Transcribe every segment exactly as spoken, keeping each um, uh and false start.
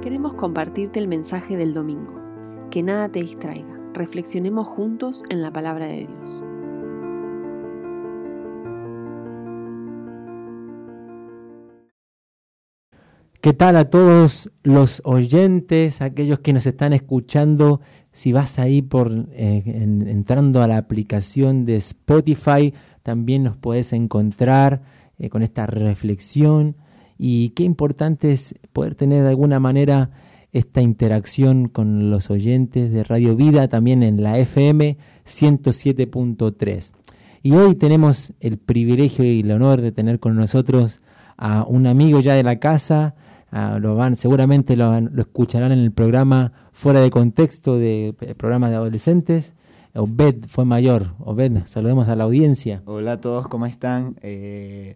Queremos compartirte el mensaje del domingo. Que nada te distraiga. Reflexionemos juntos en la palabra de Dios. ¿Qué tal a todos los oyentes, aquellos que nos están escuchando? Si vas ahí por eh, en, entrando a la aplicación de Spotify, también nos puedes encontrar eh, con esta reflexión. Y qué importante es poder tener de alguna manera esta interacción con los oyentes de Radio Vida, también en la F M ciento siete punto tres. Y hoy tenemos el privilegio y el honor de tener con nosotros a un amigo ya de la casa. Uh, lo van, seguramente lo, lo escucharán en el programa Fuera de Contexto, de el programa de adolescentes. Obed fue mayor. Obed, saludemos a la audiencia. Hola a todos, ¿cómo están? Eh,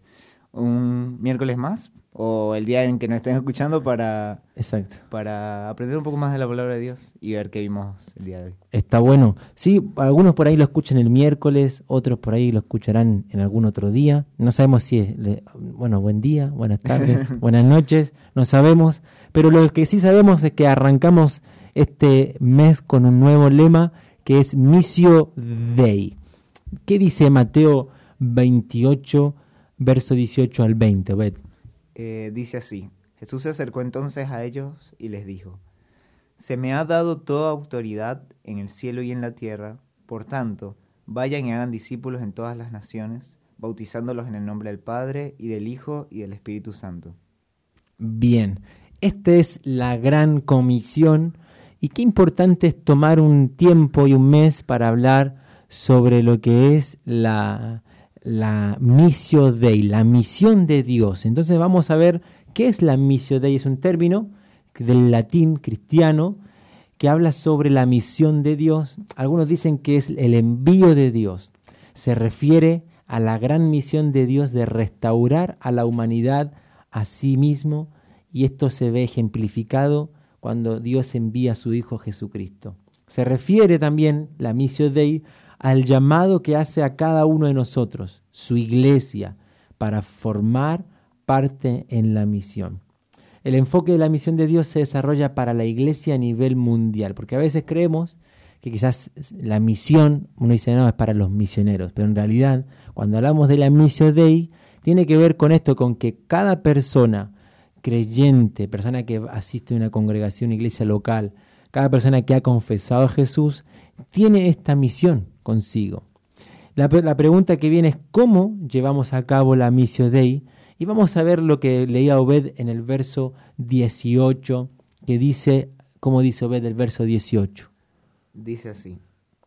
un miércoles más, o el día en que nos estén escuchando para, Exacto. para aprender un poco más de la palabra de Dios y ver qué vimos el día de hoy. Está bueno. Sí, algunos por ahí lo escuchan el miércoles, otros por ahí lo escucharán en algún otro día. No sabemos si es, bueno, buen día, buenas tardes, buenas noches, no sabemos. Pero lo que sí sabemos es que arrancamos este mes con un nuevo lema que es Missio Dei. ¿Qué dice Mateo veintiocho, verso dieciocho al veinte, Obed? Eh, dice así: Jesús se acercó entonces a ellos y les dijo: Se me ha dado toda autoridad en el cielo y en la tierra, por tanto, vayan y hagan discípulos en todas las naciones, bautizándolos en el nombre del Padre, y del Hijo, y del Espíritu Santo. Bien, esta es la gran comisión, y qué importante es tomar un tiempo y un mes para hablar sobre lo que es la... la Missio Dei, la misión de Dios. Entonces vamos a ver qué es la Missio Dei. Es un término del latín cristiano que habla sobre la misión de Dios. Algunos dicen que es el envío de Dios. Se refiere a la gran misión de Dios de restaurar a la humanidad a sí mismo, y esto se ve ejemplificado cuando Dios envía a su Hijo Jesucristo. Se refiere también la Missio Dei al llamado que hace a cada uno de nosotros, su iglesia, para formar parte en la misión. El enfoque de la misión de Dios se desarrolla para la iglesia a nivel mundial, porque a veces creemos que quizás la misión, uno dice, no, es para los misioneros, pero en realidad, cuando hablamos de la Missio Dei, tiene que ver con esto, con que cada persona creyente, persona que asiste a una congregación, iglesia local, cada persona que ha confesado a Jesús, tiene esta misión consigo. La, la pregunta que viene es ¿cómo llevamos a cabo la Missio Dei? Y vamos a ver lo que leía Obed en el verso dieciocho, que dice, ¿cómo dice Obed el verso dieciocho? Dice así: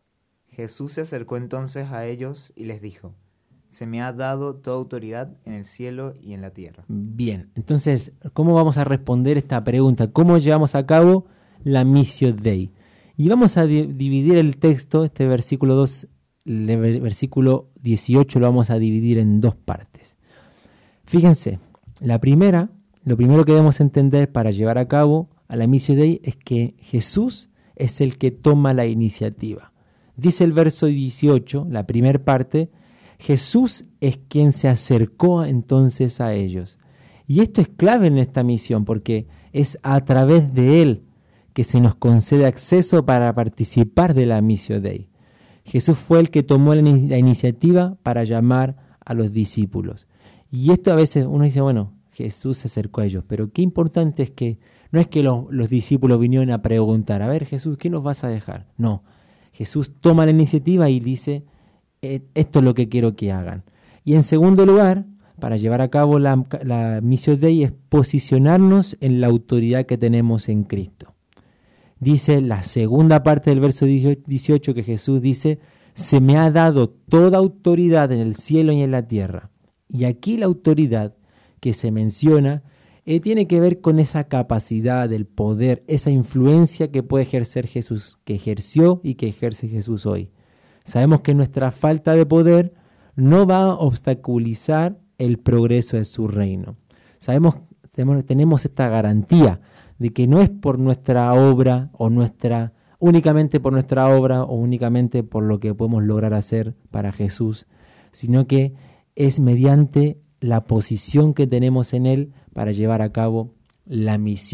Jesús se acercó entonces a ellos y les dijo: Se me ha dado toda autoridad en el cielo y en la tierra. Bien, entonces, ¿cómo vamos a responder esta pregunta? ¿Cómo llevamos a cabo la Missio Dei? Y vamos a di- dividir el texto, este versículo dos, el versículo dieciocho lo vamos a dividir en dos partes. Fíjense, la primera, lo primero que debemos entender para llevar a cabo a la Missio Dei es que Jesús es el que toma la iniciativa. Dice el verso dieciocho, la primera parte, Jesús es quien se acercó entonces a ellos. Y esto es clave en esta misión porque es a través de Él que se nos concede acceso para participar de la Missio Dei. Jesús fue el que tomó la, la iniciativa para llamar a los discípulos. Y esto a veces uno dice, bueno, Jesús se acercó a ellos, pero qué importante es que no es que lo, los discípulos vinieron a preguntar, a ver Jesús, ¿qué nos vas a dejar? No, Jesús toma la iniciativa y dice, esto es lo que quiero que hagan. Y en segundo lugar, para llevar a cabo la, la Missio Dei es posicionarnos en la autoridad que tenemos en Cristo. Dice la segunda parte del verso dieciocho que Jesús dice, se me ha dado toda autoridad en el cielo y en la tierra. Y aquí la autoridad que se menciona eh, tiene que ver con esa capacidad, el poder, esa influencia que puede ejercer Jesús, que ejerció y que ejerce Jesús hoy. Sabemos que nuestra falta de poder no va a obstaculizar el progreso de su reino. Sabemos, tenemos, tenemos esta garantía de que no es por nuestra obra o nuestra, únicamente por nuestra obra o únicamente por lo que podemos lograr hacer para Jesús, sino que es mediante la posición que tenemos en Él para llevar a cabo la misión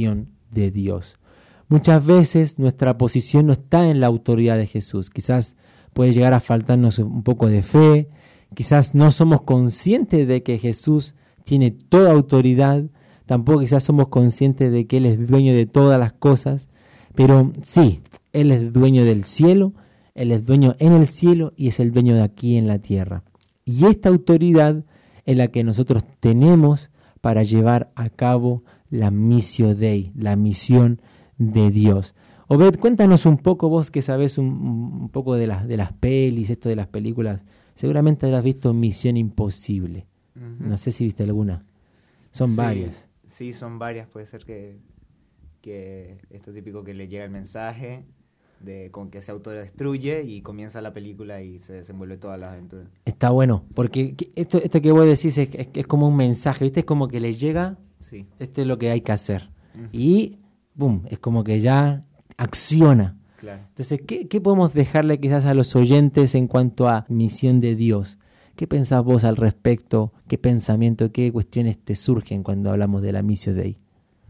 de Dios. Muchas veces nuestra posición no está en la autoridad de Jesús. Quizás puede llegar a faltarnos un poco de fe. Quizás no somos conscientes de que Jesús tiene toda autoridad. Tampoco quizás somos conscientes de que Él es dueño de todas las cosas. Pero sí, Él es dueño del cielo, Él es dueño en el cielo y es el dueño de aquí en la tierra. Y esta autoridad es la que nosotros tenemos para llevar a cabo la Missio Dei, la misión de Dios. Obed, cuéntanos un poco, vos que sabés un, un poco de las, de las pelis, esto de las películas. Seguramente habrás visto Misión Imposible. Uh-huh. No sé si viste alguna. Son sí, varias. Sí, son varias. Puede ser que, que esto típico que le llega el mensaje de con que se autodestruye y comienza la película y se desenvuelve toda la aventura. Está bueno, porque esto, esto que vos decís es, es, es como un mensaje, ¿viste? Es como que le llega, sí. Esto es lo que hay que hacer. Uh-huh. Y, boom, es como que ya acciona. Claro. Entonces, ¿qué, ¿qué podemos dejarle quizás a los oyentes en cuanto a misión de Dios? ¿Qué pensás vos al respecto? ¿Qué pensamiento, qué cuestiones te surgen cuando hablamos de la Missio Dei?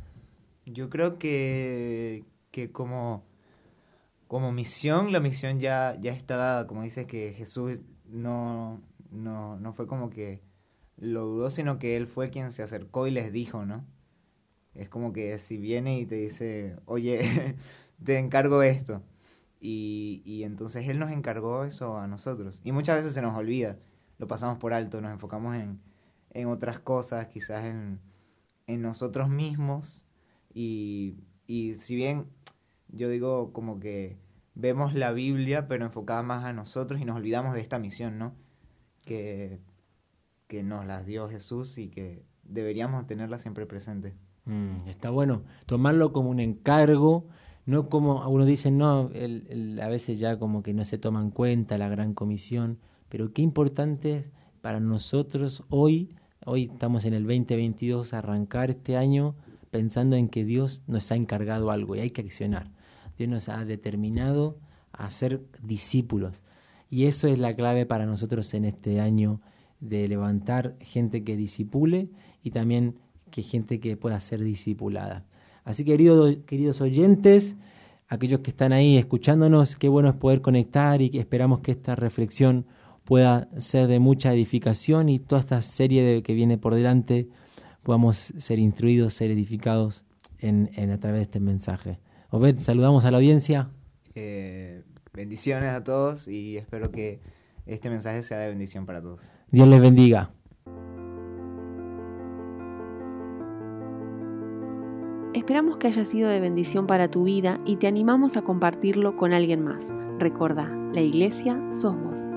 Yo creo que, que como, como misión, la misión ya, ya está dada. Como dices, que Jesús no, no, no fue como que lo dudó, sino que Él fue quien se acercó y les dijo, ¿no? Es como que si viene y te dice, oye, te encargo esto. Y, y entonces Él nos encargó eso a nosotros. Y muchas veces se nos olvida, lo pasamos por alto, nos enfocamos en, en otras cosas, quizás en, en nosotros mismos. Y, y si bien yo digo como que vemos la Biblia, pero enfocada más a nosotros y nos olvidamos de esta misión, ¿no? Que, que nos las dio Jesús y que deberíamos tenerla siempre presente. Mm, está bueno tomarlo como un encargo, no como algunos dicen, no, el, el, a veces ya como que no se toma en cuenta la gran comisión, pero qué importante es para nosotros hoy, hoy estamos en el veinte veintidós, arrancar este año pensando en que Dios nos ha encargado algo y hay que accionar. Dios nos ha determinado a ser discípulos y eso es la clave para nosotros en este año, de levantar gente que discipule y también que gente que pueda ser discipulada. Así que querido, queridos oyentes, aquellos que están ahí escuchándonos, qué bueno es poder conectar y que esperamos que esta reflexión pueda ser de mucha edificación y toda esta serie de, que viene por delante podamos ser instruidos, ser edificados en, en a través de este mensaje. Obed, saludamos a la audiencia. Eh, bendiciones a todos y espero que este mensaje sea de bendición para todos. Dios les bendiga. Esperamos que haya sido de bendición para tu vida y te animamos a compartirlo con alguien más. Recordá, la iglesia sos vos.